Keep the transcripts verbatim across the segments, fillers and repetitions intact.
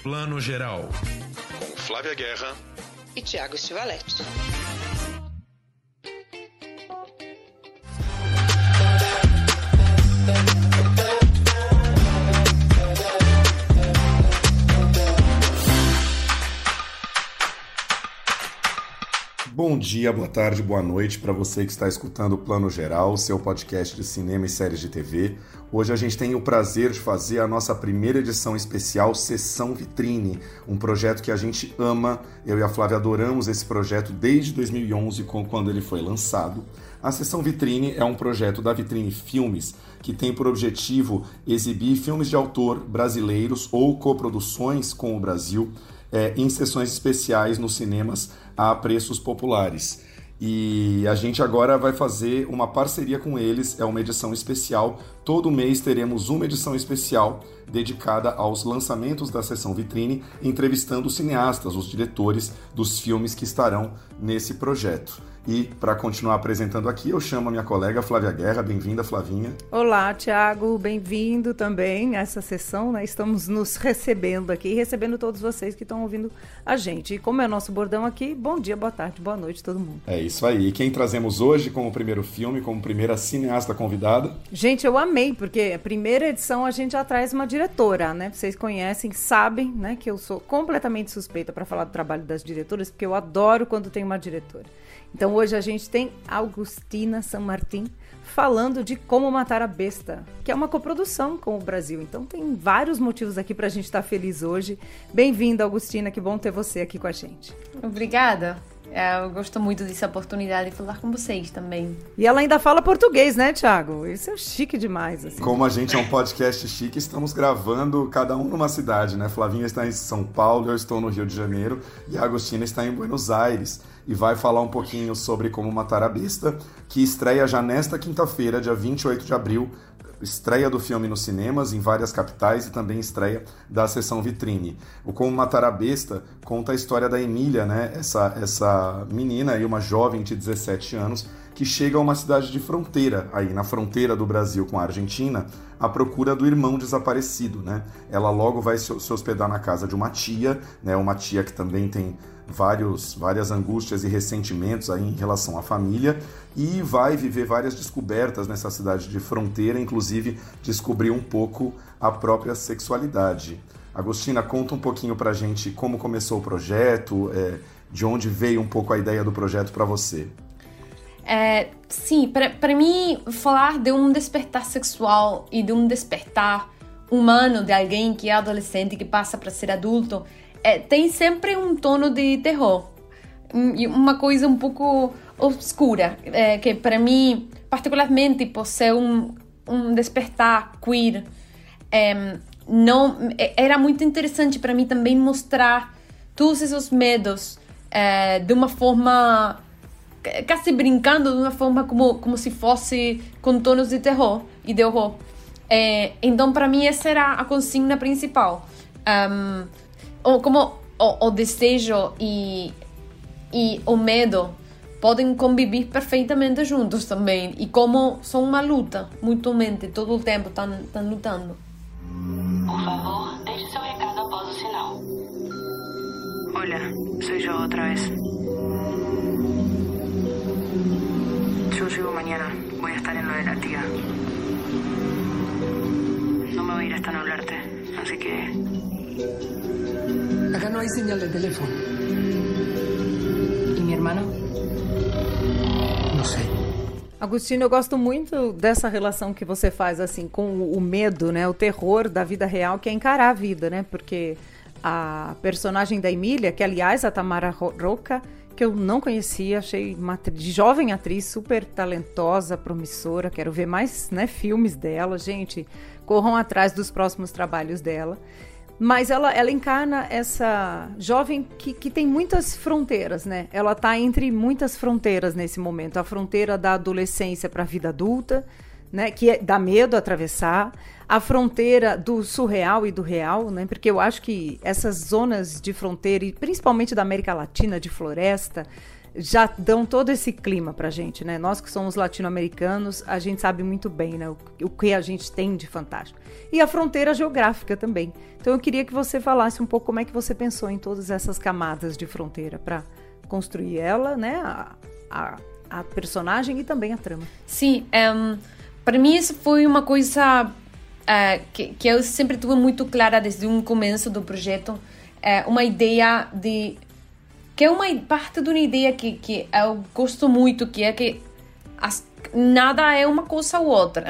Plano Geral, com Flávia Guerra e Thiago Stivaletti. Bom dia, boa tarde, boa noite para você que está escutando o Plano Geral, seu podcast de cinema e séries de T V. Hoje a gente tem o prazer de fazer a nossa primeira edição especial Sessão Vitrine, um projeto que a gente ama. Eu e a Flávia adoramos esse projeto desde dois mil e onze, quando ele foi lançado. A Sessão Vitrine é um projeto da Vitrine Filmes que tem por objetivo exibir filmes de autor brasileiros ou coproduções com o Brasil é, em sessões especiais nos cinemas a preços populares. E a gente agora vai fazer uma parceria com eles, é uma edição especial. Todo mês teremos uma edição especial dedicada aos lançamentos da Sessão Vitrine, entrevistando os cineastas, os diretores dos filmes que estarão nesse projeto. E para continuar apresentando aqui, eu chamo a minha colega Flávia Guerra. Bem-vinda, Flavinha. Olá, Thiago. Bem-vindo também a essa sessão, né? Estamos nos recebendo aqui, recebendo todos vocês que estão ouvindo a gente. E como é o nosso bordão aqui, bom dia, boa tarde, boa noite todo mundo. É isso aí. E quem trazemos hoje como primeiro filme, como primeira cineasta convidada? Gente, eu amei, porque a primeira edição a gente já traz uma diretora, né? Vocês conhecem, sabem, né, que eu sou completamente suspeita para falar do trabalho das diretoras, porque eu adoro quando tem uma diretora. Então hoje a gente tem Agustina Sanmartín falando de Como Matar a Besta, que é uma coprodução com o Brasil. Então tem vários motivos aqui para a gente estar feliz hoje. Bem-vinda, Agustina, que bom ter você aqui com a gente. Obrigada. Eu gosto muito dessa oportunidade de falar com vocês também. E ela ainda fala português, né, Thiago? Isso é chique demais. Assim. Como a gente é um podcast chique, estamos gravando cada um numa cidade, né? Flavinha está em São Paulo, eu estou no Rio de Janeiro e a Agustina está em Buenos Aires. E vai falar um pouquinho sobre Como Matar a Besta, que estreia já nesta quinta-feira, dia vinte e oito de abril. Estreia do filme nos cinemas, em várias capitais, e também estreia da Sessão Vitrine. O Como Matar a Besta conta a história da Emília, né? Essa, essa menina aí, uma jovem de dezessete anos, que chega a uma cidade de fronteira, aí na fronteira do Brasil com a Argentina, à procura do irmão desaparecido, né? Ela logo vai se hospedar na casa de uma tia, né? Uma tia que também tem vários, várias angústias e ressentimentos aí em relação à família, e vai viver várias descobertas nessa cidade de fronteira, inclusive descobrir um pouco a própria sexualidade. Agustina, conta um pouquinho pra gente como começou o projeto, é, de onde veio um pouco a ideia do projeto para você. É, sim, para mim, falar de um despertar sexual e de um despertar humano de alguém que é adolescente e que passa para ser adulto, é, tem sempre um tono de terror, uma coisa um pouco obscura, é, que para mim, particularmente por ser um, um despertar queer, é, não, era muito interessante para mim também mostrar todos esses medos é, de uma forma, quase brincando, de uma forma como, como se fosse com tonos de terror e de horror. É, então, para mim, essa era a consigna principal. Um, como o, o desejo e, e o medo podem conviver perfeitamente juntos também, e como são uma luta, mutuamente, todo o tempo estão lutando. Por favor, deixe seu recado após o sinal. Hola, soy yo otra vez. Yo llego mañana, voy a estar en lo de la tía. No me voy a ir hasta no hablarte, así que... Acá no hay señal de teléfono. ¿Y mi hermano? No sé. Agostinho, eu gosto muito dessa relação que você faz assim com o medo, né, o terror da vida real, que é encarar a vida, né? Porque a personagem da Emília, que aliás a Tamara Roca, que eu não conhecia, achei uma atriz, jovem atriz super talentosa, promissora, quero ver mais, né, filmes dela, gente, corram atrás dos próximos trabalhos dela. Mas ela, ela encarna essa jovem que, que tem muitas fronteiras, né? Ela está entre muitas fronteiras nesse momento. A fronteira da adolescência para a vida adulta, né? Que é, dá medo atravessar. A fronteira do surreal e do real, né? Porque eu acho que essas zonas de fronteira, e principalmente da América Latina, de floresta, já dão todo esse clima pra gente, né? Nós que somos latino-americanos, a gente sabe muito bem, né, o, o que a gente tem de fantástico. E a fronteira geográfica também. Então eu queria que você falasse um pouco como é que você pensou em todas essas camadas de fronteira para construir ela, né, a, a, a personagem e também a trama. Sim, um, para mim isso foi uma coisa uh, que, que eu sempre tive muito clara desde o começo do projeto, uh, uma ideia de... que é uma parte de uma ideia que, que eu gosto muito, que é que as, nada é uma coisa ou outra.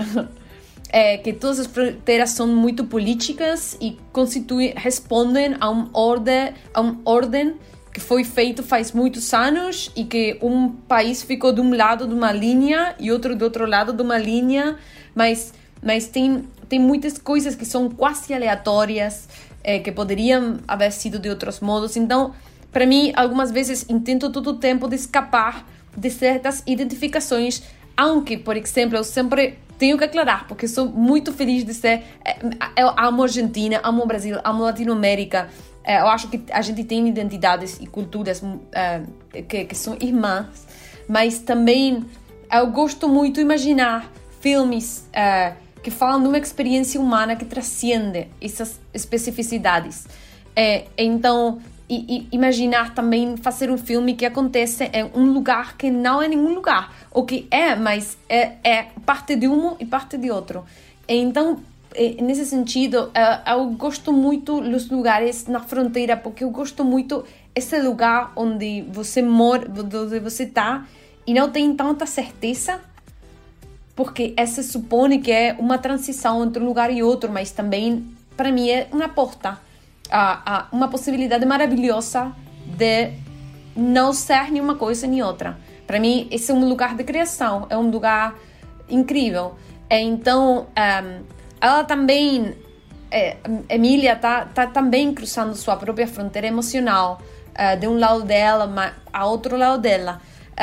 É que todas as fronteiras são muito políticas e constituem, respondem a uma ordem, a uma ordem que foi feito faz muitos anos e que um país ficou de um lado de uma linha e outro do outro lado de uma linha, mas, mas tem, tem muitas coisas que são quase aleatórias, é, que poderiam haver sido de outros modos. Então, para mim, algumas vezes intento todo o tempo de escapar de certas identificações, aunque, por exemplo, eu sempre tenho que aclarar, porque sou muito feliz de ser... Eu amo Argentina, amo Brasil, amo Latinoamérica. Eu acho que a gente tem identidades e culturas uh, que, que são irmãs, mas também eu gosto muito de imaginar filmes uh, que falam de uma experiência humana que transcende essas especificidades. Uh, então... E, e imaginar também fazer um filme que acontece em um lugar que não é nenhum lugar, ou que é, mas é, é parte de um e parte de outro. Então, nesse sentido, eu gosto muito dos lugares na fronteira, porque eu gosto muito esse lugar onde você mora, onde você está, e não tem tanta certeza, porque essa supõe que é uma transição entre um lugar e outro, mas também, para mim, é uma porta. Uh, uh, uma possibilidade maravilhosa de não ser nenhuma coisa nem outra. Para mim, esse é um lugar de criação, é um lugar incrível. E então, um, ela também, é, Emília está tá também cruzando sua própria fronteira emocional, uh, de um lado dela, mas a outro lado dela.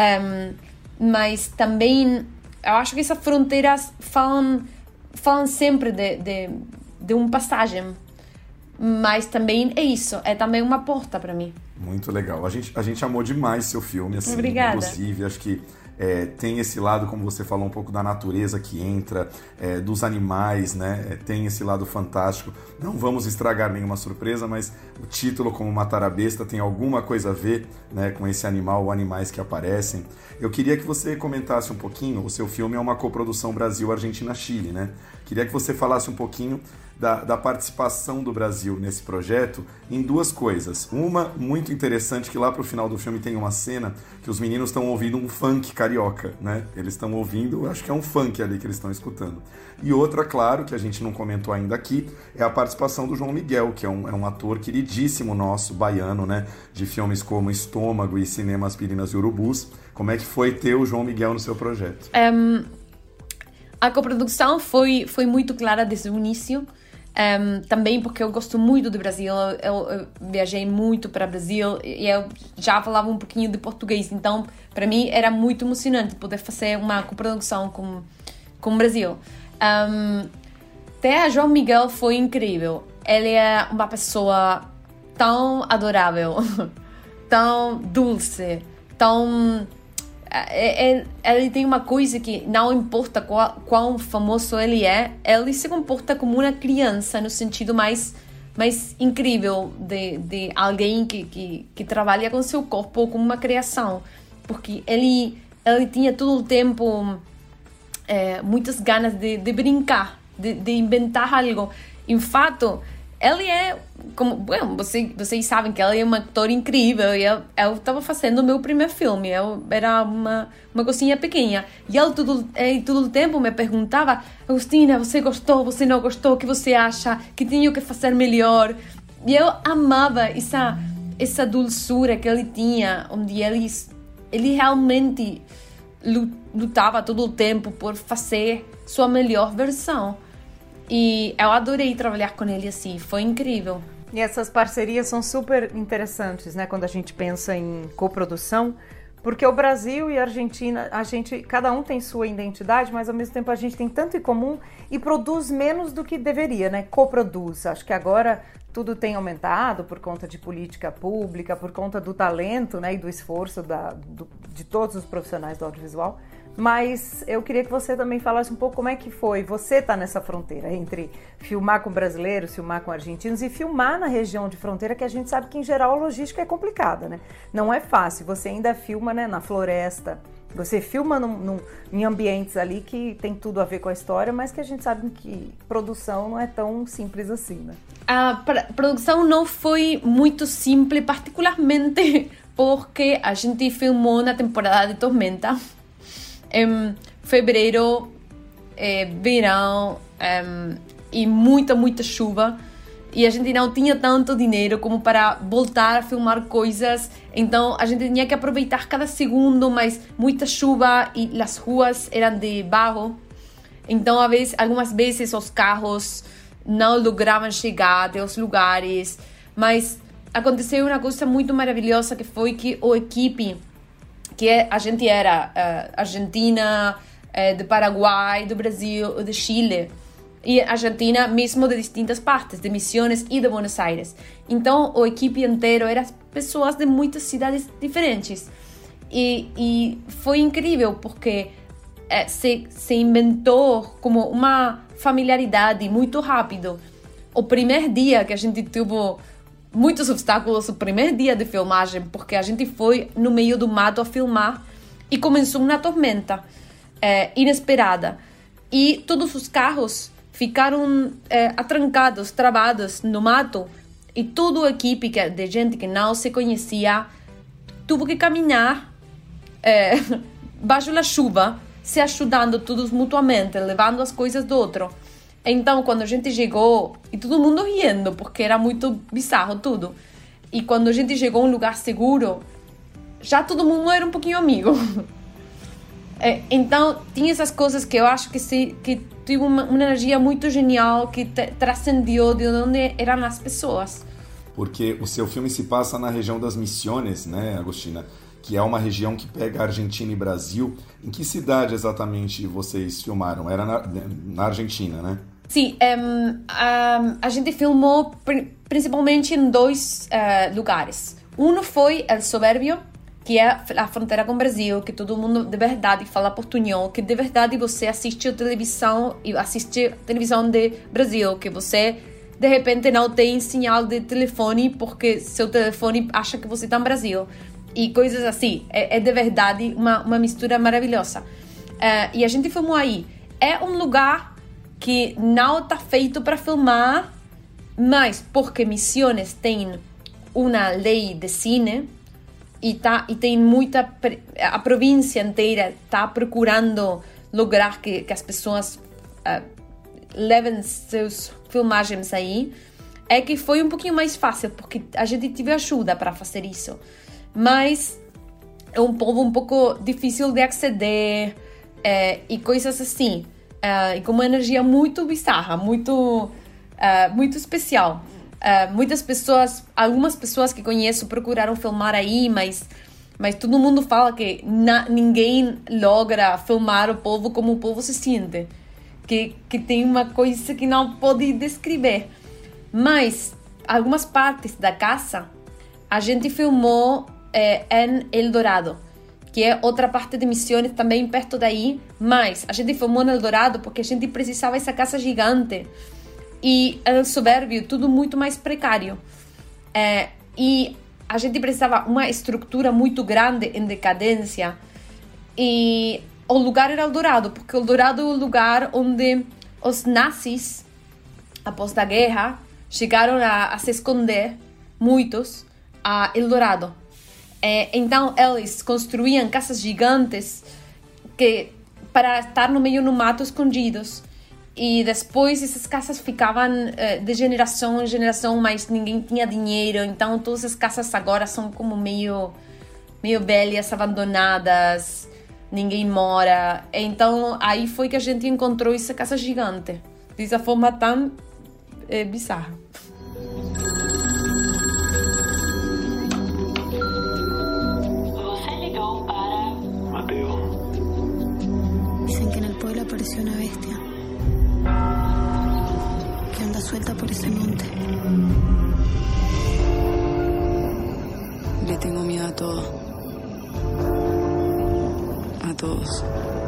Um, mas também, eu acho que essas fronteiras falam, falam sempre de, de, de uma passagem. Mas também é isso, é também uma porta para mim. Muito legal. A gente, a gente amou demais seu filme, assim, obrigada. Inclusive, acho que é, tem esse lado, como você falou, um pouco da natureza que entra, é, dos animais, né? É, tem esse lado fantástico. Não vamos estragar nenhuma surpresa, mas o título, como Matar a Besta, tem alguma coisa a ver, né, com esse animal ou animais que aparecem. Eu queria que você comentasse um pouquinho, o seu filme é uma coprodução Brasil-Argentina-Chile, né? Queria que você falasse um pouquinho Da, da participação do Brasil nesse projeto em duas coisas. Uma muito interessante, que lá pro final do filme tem uma cena que os meninos estão ouvindo um funk carioca, né? Eles estão ouvindo, acho que é um funk ali que eles estão escutando. E outra, claro, que a gente não comentou ainda aqui, é a participação do João Miguel, que é um, é um ator queridíssimo nosso, baiano, né? De filmes como Estômago e Cinema Aspirinas e Urubus. Como é que foi ter o João Miguel no seu projeto? Um, a coprodução foi, foi muito clara desde o início. Um, também porque eu gosto muito do Brasil, eu, eu viajei muito para o Brasil e eu já falava um pouquinho de português, então para mim era muito emocionante poder fazer uma coprodução com, com o Brasil. Um, até a João Miguel foi incrível, ele é uma pessoa tão adorável, tão dulce, tão... Ele tem uma coisa que não importa qual, quão famoso ele é, ele se comporta como uma criança no sentido mais, mais incrível de, de alguém que, que, que trabalha com seu corpo como uma criação, porque ele, ele tinha todo o tempo é, muitas ganas de, de brincar, de, de inventar algo. Em fato, ele é, como bom, vocês, vocês sabem que ele é um ator incrível e eu estava fazendo o meu primeiro filme, eu era uma, uma coisinha pequena e ele todo, ele todo o tempo me perguntava: Agostina, você gostou, você não gostou, o que você acha, que tenho que fazer melhor? E eu amava essa, essa dulçura que ele tinha, onde ele, ele realmente lutava todo o tempo por fazer sua melhor versão. E eu adorei trabalhar com ele assim, foi incrível. E essas parcerias são super interessantes, né? Quando a gente pensa em coprodução, Porque o Brasil e a Argentina, a gente, cada um tem sua identidade, mas ao mesmo tempo a gente tem tanto em comum e produz menos do que deveria, né? Coproduz. Acho que agora tudo tem aumentado por conta de política pública, por conta do talento, né, e do esforço da, do, de todos os profissionais do audiovisual. Mas eu queria que você também falasse um pouco como é que foi você estar nessa fronteira entre filmar com brasileiros, filmar com argentinos e filmar na região de fronteira, que a gente sabe que em geral a logística é complicada, né? Não é fácil, você ainda filma, né, na floresta, você filma num, num, em ambientes ali que tem tudo a ver com a história, mas que a gente sabe que produção não é tão simples assim, né? A produção não foi muito simples, particularmente porque a gente filmou na temporada de tormenta. Em fevereiro, é, verão, é, e muita, muita chuva. E a gente não tinha tanto dinheiro como para voltar a filmar coisas. Então a gente tinha que aproveitar cada segundo, mas muita chuva e as ruas eram de barro. Então, às vezes, algumas vezes os carros não logravam chegar até os lugares. Mas aconteceu uma coisa muito maravilhosa, que foi que a equipe, que a gente era uh, Argentina, uh, do Paraguai, do Brasil, do Chile, e Argentina mesmo de distintas partes, de Misiones e de Buenos Aires. Então, a equipe inteira era pessoas de muitas cidades diferentes. E, e foi incrível, porque uh, se, se inventou como uma familiaridade muito rápido. O primeiro dia que a gente teve muitos obstáculos, o primeiro dia de filmagem, porque a gente foi no meio do mato a filmar e começou uma tormenta é, inesperada. E todos os carros ficaram é, atrancados, travados no mato, e toda a equipe de gente que não se conhecia teve que caminhar é, baixo da chuva, se ajudando todos mutuamente, levando as coisas do outro. Então, quando a gente chegou, e todo mundo rindo, porque era muito bizarro tudo. E quando a gente chegou a um lugar seguro, já todo mundo era um pouquinho amigo. É, então, tinha essas coisas que eu acho que, se, que teve uma, uma energia muito genial, que te, transcendiu de onde eram as pessoas. Porque o seu filme se passa na região das Misiones, né, Agostina? Que é uma região que pega Argentina e Brasil. Em que cidade exatamente vocês filmaram? Era na, na Argentina, né? Sim, um, um, a gente filmou pr- principalmente em dois uh, lugares. Um foi El Soberbio, que é a fronteira com o Brasil, que todo mundo de verdade fala portunhol, que de verdade você assiste a televisão e assiste a televisão de Brasil, que você de repente não tem sinal de telefone porque seu telefone acha que você está no Brasil. E coisas assim. É, é de verdade uma, uma mistura maravilhosa. Uh, e a gente filmou aí. É um lugar que não está feito para filmar, mas porque Misiones tem uma lei de cine e, tá, e tem muita... A província inteira está procurando lograr que, que as pessoas uh, levem seus filmagens aí, é que foi um pouquinho mais fácil, porque a gente teve ajuda para fazer isso. Mas é um povo um pouco difícil de aceder é, e coisas assim. É, e com uma energia muito bizarra, muito, é, muito especial. É, muitas pessoas, algumas pessoas que conheço procuraram filmar aí, mas, mas todo mundo fala que na, ninguém logra filmar o povo como o povo se sente. Que, que tem uma coisa que não pode descrever. Mas algumas partes da casa a gente filmou é, em El Dorado, que é outra parte de Misiones, também perto daí, mas a gente filmou no El Dorado porque a gente precisava dessa casa gigante. E El Soberbio, tudo muito mais precário. É, e a gente precisava uma estrutura muito grande em decadência. E o lugar era El Dorado, porque El Dorado é o lugar onde os nazis, após a guerra, chegaram a, a se esconder, muitos, a El Dorado. É, então, eles construíam casas gigantes que, para estar no meio do mato escondidos. E depois essas casas ficavam é, de geração em geração, mas ninguém tinha dinheiro. Então, todas as casas agora são como meio, meio velhas, abandonadas. Ninguém mora. Então, aí foi que a gente encontrou essa casa gigante. Dessa forma tão é, bizarra. Você ligou para suelta por ese monte. Le tengo miedo a todo. A todos.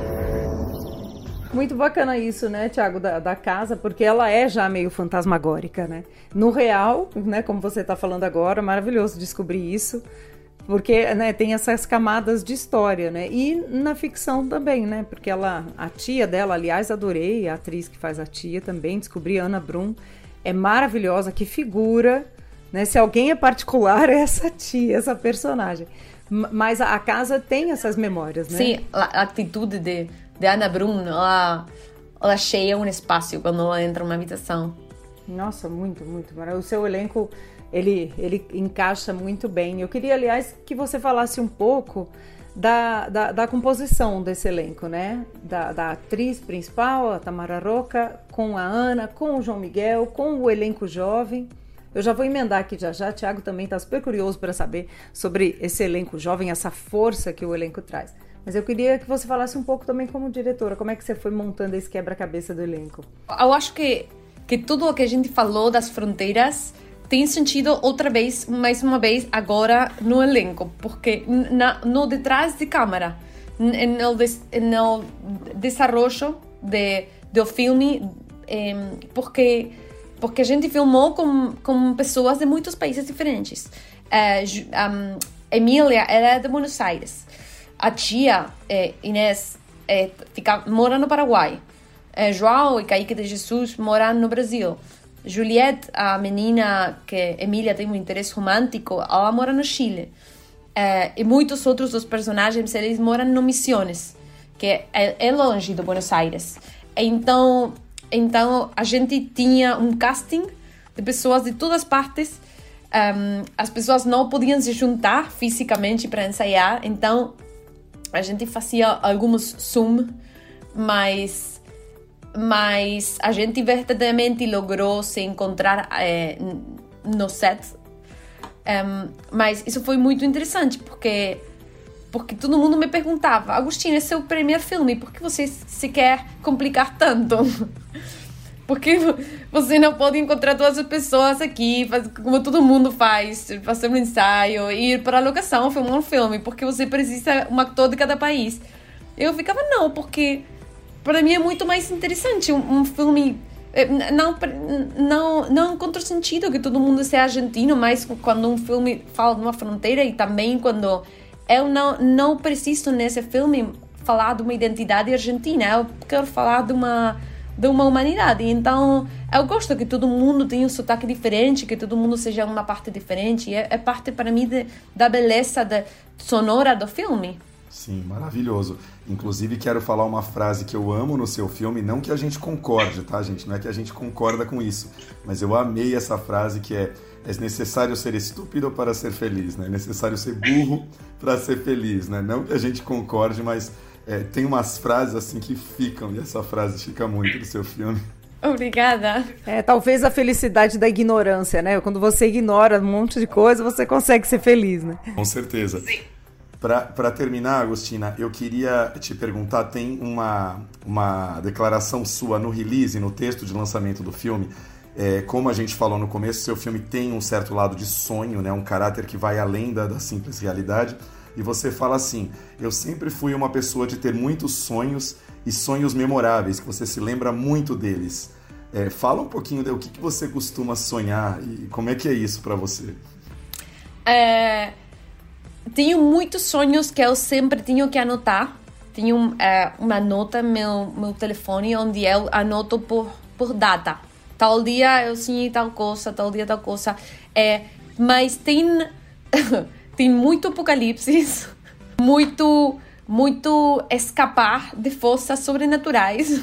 Muito bacana isso, né, Thiago, da, da casa, porque ela é já meio fantasmagórica, né? No real, né, como você está falando agora, maravilhoso descobrir isso, porque, né, tem essas camadas de história, né? E na ficção também, né? Porque ela, a tia dela, aliás, adorei, a atriz que faz a tia também, descobri, Ana Brum, é maravilhosa, que figura, né? Se alguém é particular, é essa tia, essa personagem. Mas a casa tem essas memórias, né? Sim, a atitude de, de Ana Brum, ela, ela cheia um espaço quando ela entra numa habitação. Nossa, muito, muito. O seu elenco, ele, ele encaixa muito bem. Eu queria, aliás, que você falasse um pouco da, da, da composição desse elenco, né? Da, da atriz principal, a Tamara Roca, com a Ana, com o João Miguel, com o elenco jovem. Eu já vou emendar aqui já já, Thiago também está super curioso para saber sobre esse elenco jovem, essa força que o elenco traz. Mas eu queria que você falasse um pouco também como diretora, como é que você foi montando esse quebra-cabeça do elenco? Eu acho que, que tudo o que a gente falou das fronteiras tem sentido outra vez, mais uma vez, agora no elenco, porque na, no detrás de câmera, no, des, no desenvolvimento de, do filme, eh, porque... porque a gente filmou com, com pessoas de muitos países diferentes. Uh, um, Emília era de Buenos Aires. A tia, eh, Inês, eh, fica, mora no Paraguai. Eh, João e Kaique de Jesus moram no Brasil. Juliette, a menina que Emília tem um interesse romântico, ela mora no Chile. Eh, e muitos outros dos personagens, eles moram no Misiones, que é, é longe de Buenos Aires. Então... Então, a gente tinha um casting de pessoas de todas as partes. Um, as pessoas não podiam se juntar fisicamente para ensaiar. Então, a gente fazia alguns Zoom, mas, mas a gente verdadeiramente logrou se encontrar eh, no set. Um, mas isso foi muito interessante, porque... Porque todo mundo me perguntava, Agostina, esse é o primeiro filme, por que você se quer complicar tanto? Porque você não pode encontrar todas as pessoas aqui, faz, como todo mundo faz, fazer um ensaio, ir para a locação, filmar um filme, porque você precisa um ator de cada país. Eu ficava, não, porque para mim é muito mais interessante um, um filme... Não, não, não encontro sentido que todo mundo seja argentino, mas quando um filme fala de uma fronteira e também quando... Eu não, não preciso nesse filme falar de uma identidade argentina, eu quero falar de uma, de uma humanidade. Então, eu gosto que todo mundo tenha um sotaque diferente, que todo mundo seja uma parte diferente. É, é parte, para mim, de, da beleza de, sonora do filme. Sim, maravilhoso. Inclusive, quero falar uma frase que eu amo no seu filme, não que a gente concorde, tá, gente? Não é que a gente concorda com isso, mas eu amei essa frase que é: é necessário ser estúpido para ser feliz, né? É necessário ser burro para ser feliz, né? Não que a gente concorde, mas é, tem umas frases assim que ficam, e essa frase fica muito no seu filme. Obrigada. É, talvez a felicidade da ignorância, né? Quando você ignora um monte de coisa, você consegue ser feliz, né? Com certeza. Sim. Para terminar, Agostina, eu queria te perguntar, tem uma, uma declaração sua no release, no texto de lançamento do filme. É, como a gente falou no começo, seu filme tem um certo lado de sonho, né? Um caráter que vai além da, da simples realidade. E você fala assim: eu sempre fui uma pessoa de ter muitos sonhos e sonhos memoráveis, que você se lembra muito deles. É, fala um pouquinho do que, que você costuma sonhar e como é que é isso para você. É... Tenho muitos sonhos que eu sempre tenho que anotar. Tenho é, uma nota no meu, meu telefone onde eu anoto por, por data. Tal dia eu sonhei tal coisa, tal dia tal coisa. É, mas tem, tem muito apocalipse, muito, muito escapar de forças sobrenaturais.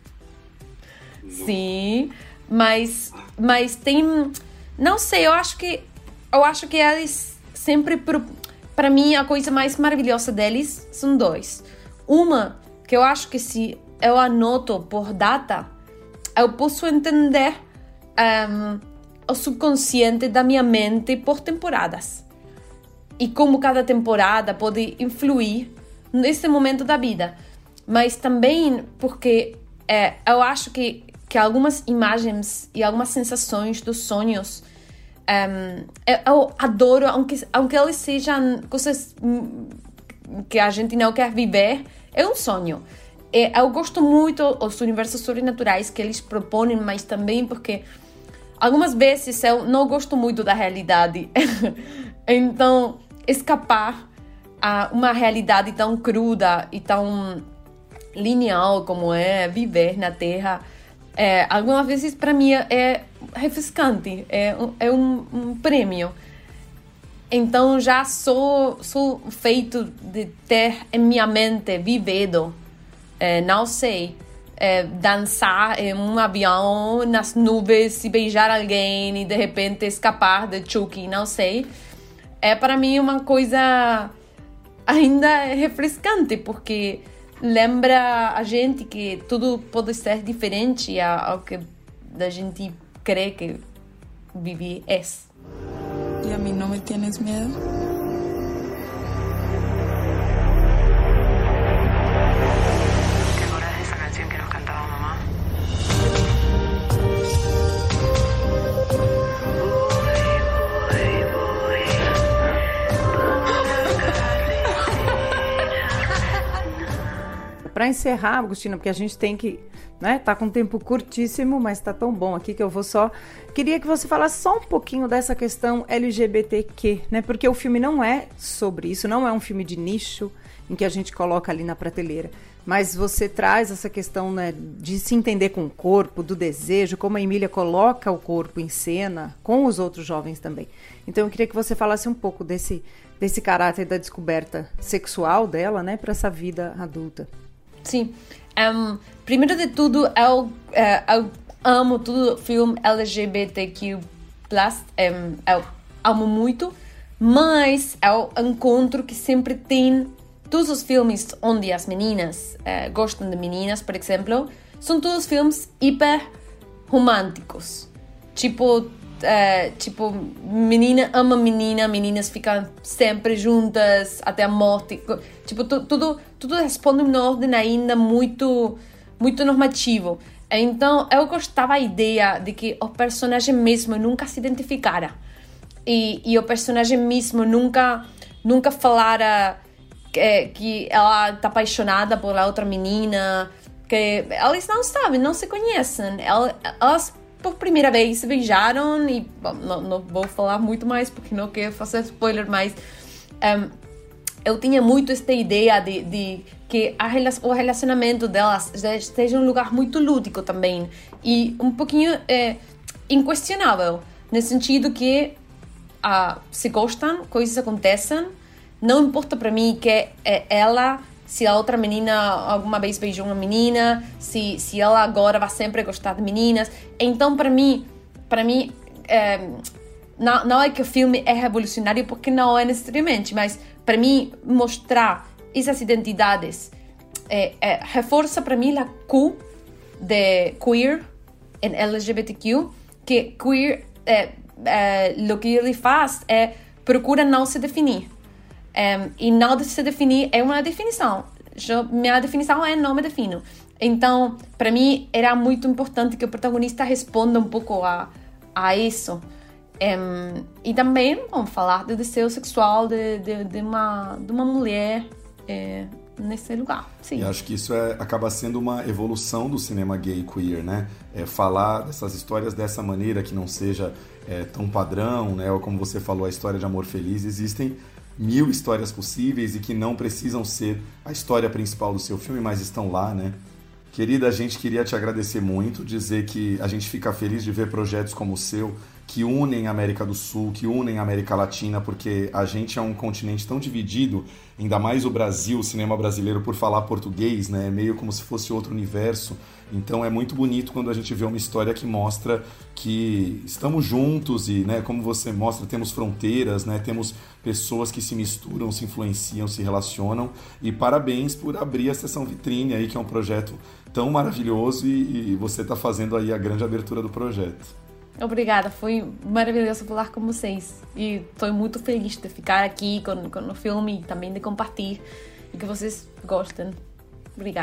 Sim, mas, mas tem... Não sei, eu acho que, eu acho que eles sempre... Pro, Para mim, a coisa mais maravilhosa deles são dois. Uma, que eu acho que se eu anoto por data, eu posso entender um, o subconsciente da minha mente por temporadas. E como cada temporada pode influir nesse momento da vida. Mas também porque é, eu acho que que algumas imagens e algumas sensações dos sonhos um, eu, eu adoro, aunque, aunque eles sejam coisas que a gente não quer viver, é um sonho. Eu gosto muito dos universos sobrenaturais que eles propõem, mas também porque algumas vezes eu não gosto muito da realidade. Então, escapar a uma realidade tão cruda e tão linear como é viver na Terra, é, algumas vezes para mim é refrescante, é, é um, um prêmio. Então, já sou, sou feito de ter em minha mente vivido. É, não sei, é, dançar em um avião nas nuvens e beijar alguém e de repente escapar de Chucky, não sei. É para mim uma coisa ainda refrescante, porque lembra a gente que tudo pode ser diferente ao que a gente crê que viver é. ¿Y a mí no me tienes miedo? Para encerrar, Agostina, porque a gente tem que, né, tá com um tempo curtíssimo, mas tá tão bom aqui que eu vou só... Queria que você falasse só um pouquinho dessa questão L G B T Q, né? Porque o filme não é sobre isso, não é um filme de nicho em que a gente coloca ali na prateleira. Mas você traz essa questão, né, de se entender com o corpo, do desejo, como a Emília coloca o corpo em cena com os outros jovens também. Então eu queria que você falasse um pouco desse, desse caráter da descoberta sexual dela, né, para essa vida adulta. Sim. Um, primeiro de tudo, eu, uh, eu amo todo filme L G B T Q plus, um, eu amo muito, mas eu encontro que sempre tem todos os filmes onde as meninas uh, gostam de meninas, por exemplo, são todos filmes hiper românticos. Tipo, uh, tipo, menina ama menina, meninas ficam sempre juntas até a morte. Tipo, tu, tudo, tudo responde em ordem ainda muito, muito normativo. Então, eu gostava da ideia de que o personagem mesmo nunca se identificara. E, e o personagem mesmo nunca, nunca falara que, que ela está apaixonada por outra menina, que elas não sabem, não se conhecem. Elas, por primeira vez, se beijaram e... Bom, não, não vou falar muito mais porque não quero fazer spoiler, mas... Um, eu tinha muito esta ideia de, de que a, o relacionamento delas esteja um lugar muito lúdico também. E um pouquinho é, inquestionável. No sentido que ah, se gostam, coisas acontecem. Não importa para mim que é ela, se a outra menina alguma vez beijou uma menina, se, se ela agora vai sempre gostar de meninas. Então, para mim, para mim é, não, não é que o filme é revolucionário, porque não é necessariamente, mas para mim mostrar essas identidades é, é, reforça para mim a Q de queer em L G B T Q, que queer é, é, o que ele faz é procura não se definir. Um, e não se definir é uma definição. Eu, minha definição é não me defino. Então, para mim, era muito importante que o protagonista responda um pouco a, a isso. Um, e também, vamos falar do desejo sexual de, de, de, uma, de uma mulher é, nesse lugar. Sim. E acho que isso é, acaba sendo uma evolução do cinema gay e queer, né? É, falar dessas histórias dessa maneira, que não seja é, tão padrão, né? Ou como você falou, a história de amor feliz. Existem mil histórias possíveis e que não precisam ser a história principal do seu filme, mas estão lá, né? Querida, a gente queria te agradecer muito, dizer que a gente fica feliz de ver projetos como o seu, que unem a América do Sul, que unem a América Latina, porque a gente é um continente tão dividido, ainda mais o Brasil, o cinema brasileiro, por falar português, né? É meio como se fosse outro universo. Então é muito bonito quando a gente vê uma história que mostra que estamos juntos e, né, como você mostra, temos fronteiras, né? Temos pessoas que se misturam, se influenciam, se relacionam. E parabéns por abrir a Sessão Vitrine aí, que é um projeto tão maravilhoso e, e você está fazendo aí a grande abertura do projeto. Obrigada, foi maravilhoso falar com vocês e estou muito feliz de ficar aqui com, com o filme e também de compartilhar e que vocês gostem. Obrigada.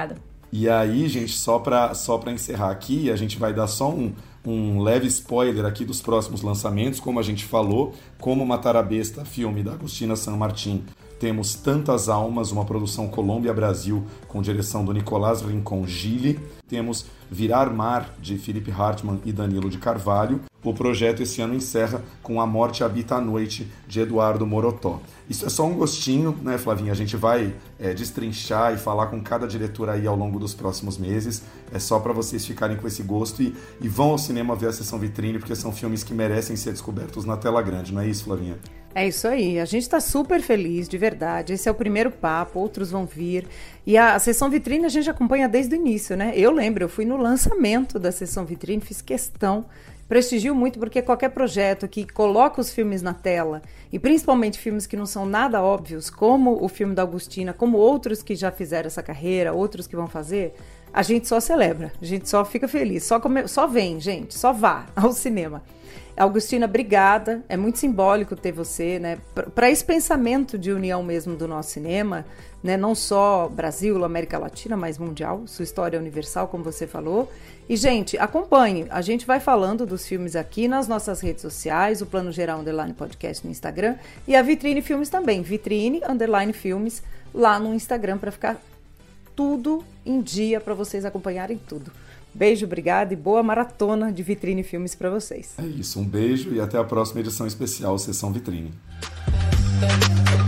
E aí, gente, só para só para encerrar aqui, a gente vai dar só um, um leve spoiler aqui dos próximos lançamentos. Como a gente falou, Como Matar a Besta, filme da Agustina San Martín, temos Tantas Almas, uma produção Colômbia-Brasil com direção do Nicolás Rincon Gili. Temos Virar Mar, de Felipe Hartmann e Danilo de Carvalho. O projeto esse ano encerra com A Morte Habita a Noite, de Eduardo Morotó. Isso é só um gostinho, né, Flavinha? A gente vai é, destrinchar e falar com cada diretor aí ao longo dos próximos meses. É só para vocês ficarem com esse gosto e, e vão ao cinema ver a sessão vitrine, porque são filmes que merecem ser descobertos na tela grande, não é isso, Flavinha? É isso aí, a gente está super feliz, de verdade. Esse é o primeiro papo, outros vão vir. E a, a sessão vitrine a gente acompanha desde o início, né? Eu lembro, eu fui no lançamento da sessão vitrine, fiz questão, prestigio muito, porque qualquer projeto que coloca os filmes na tela, e principalmente filmes que não são nada óbvios, como o filme da Agustina, como outros que já fizeram essa carreira, outros que vão fazer, a gente só celebra, a gente só fica feliz, só, come, só vem, gente, só vá ao cinema. Agustina, obrigada, é muito simbólico ter você, né, para esse pensamento de união mesmo do nosso cinema, né, não só Brasil, América Latina, mas mundial, sua história universal, como você falou. E, gente, acompanhe, a gente vai falando dos filmes aqui nas nossas redes sociais, o Plano Geral Underline Podcast no Instagram e a Vitrine Filmes também, Vitrine Underline Filmes lá no Instagram, para ficar tudo em dia, para vocês acompanharem tudo. Beijo, obrigada e boa maratona de Vitrine Filmes para vocês. É isso, um beijo e até a próxima edição especial Sessão Vitrine.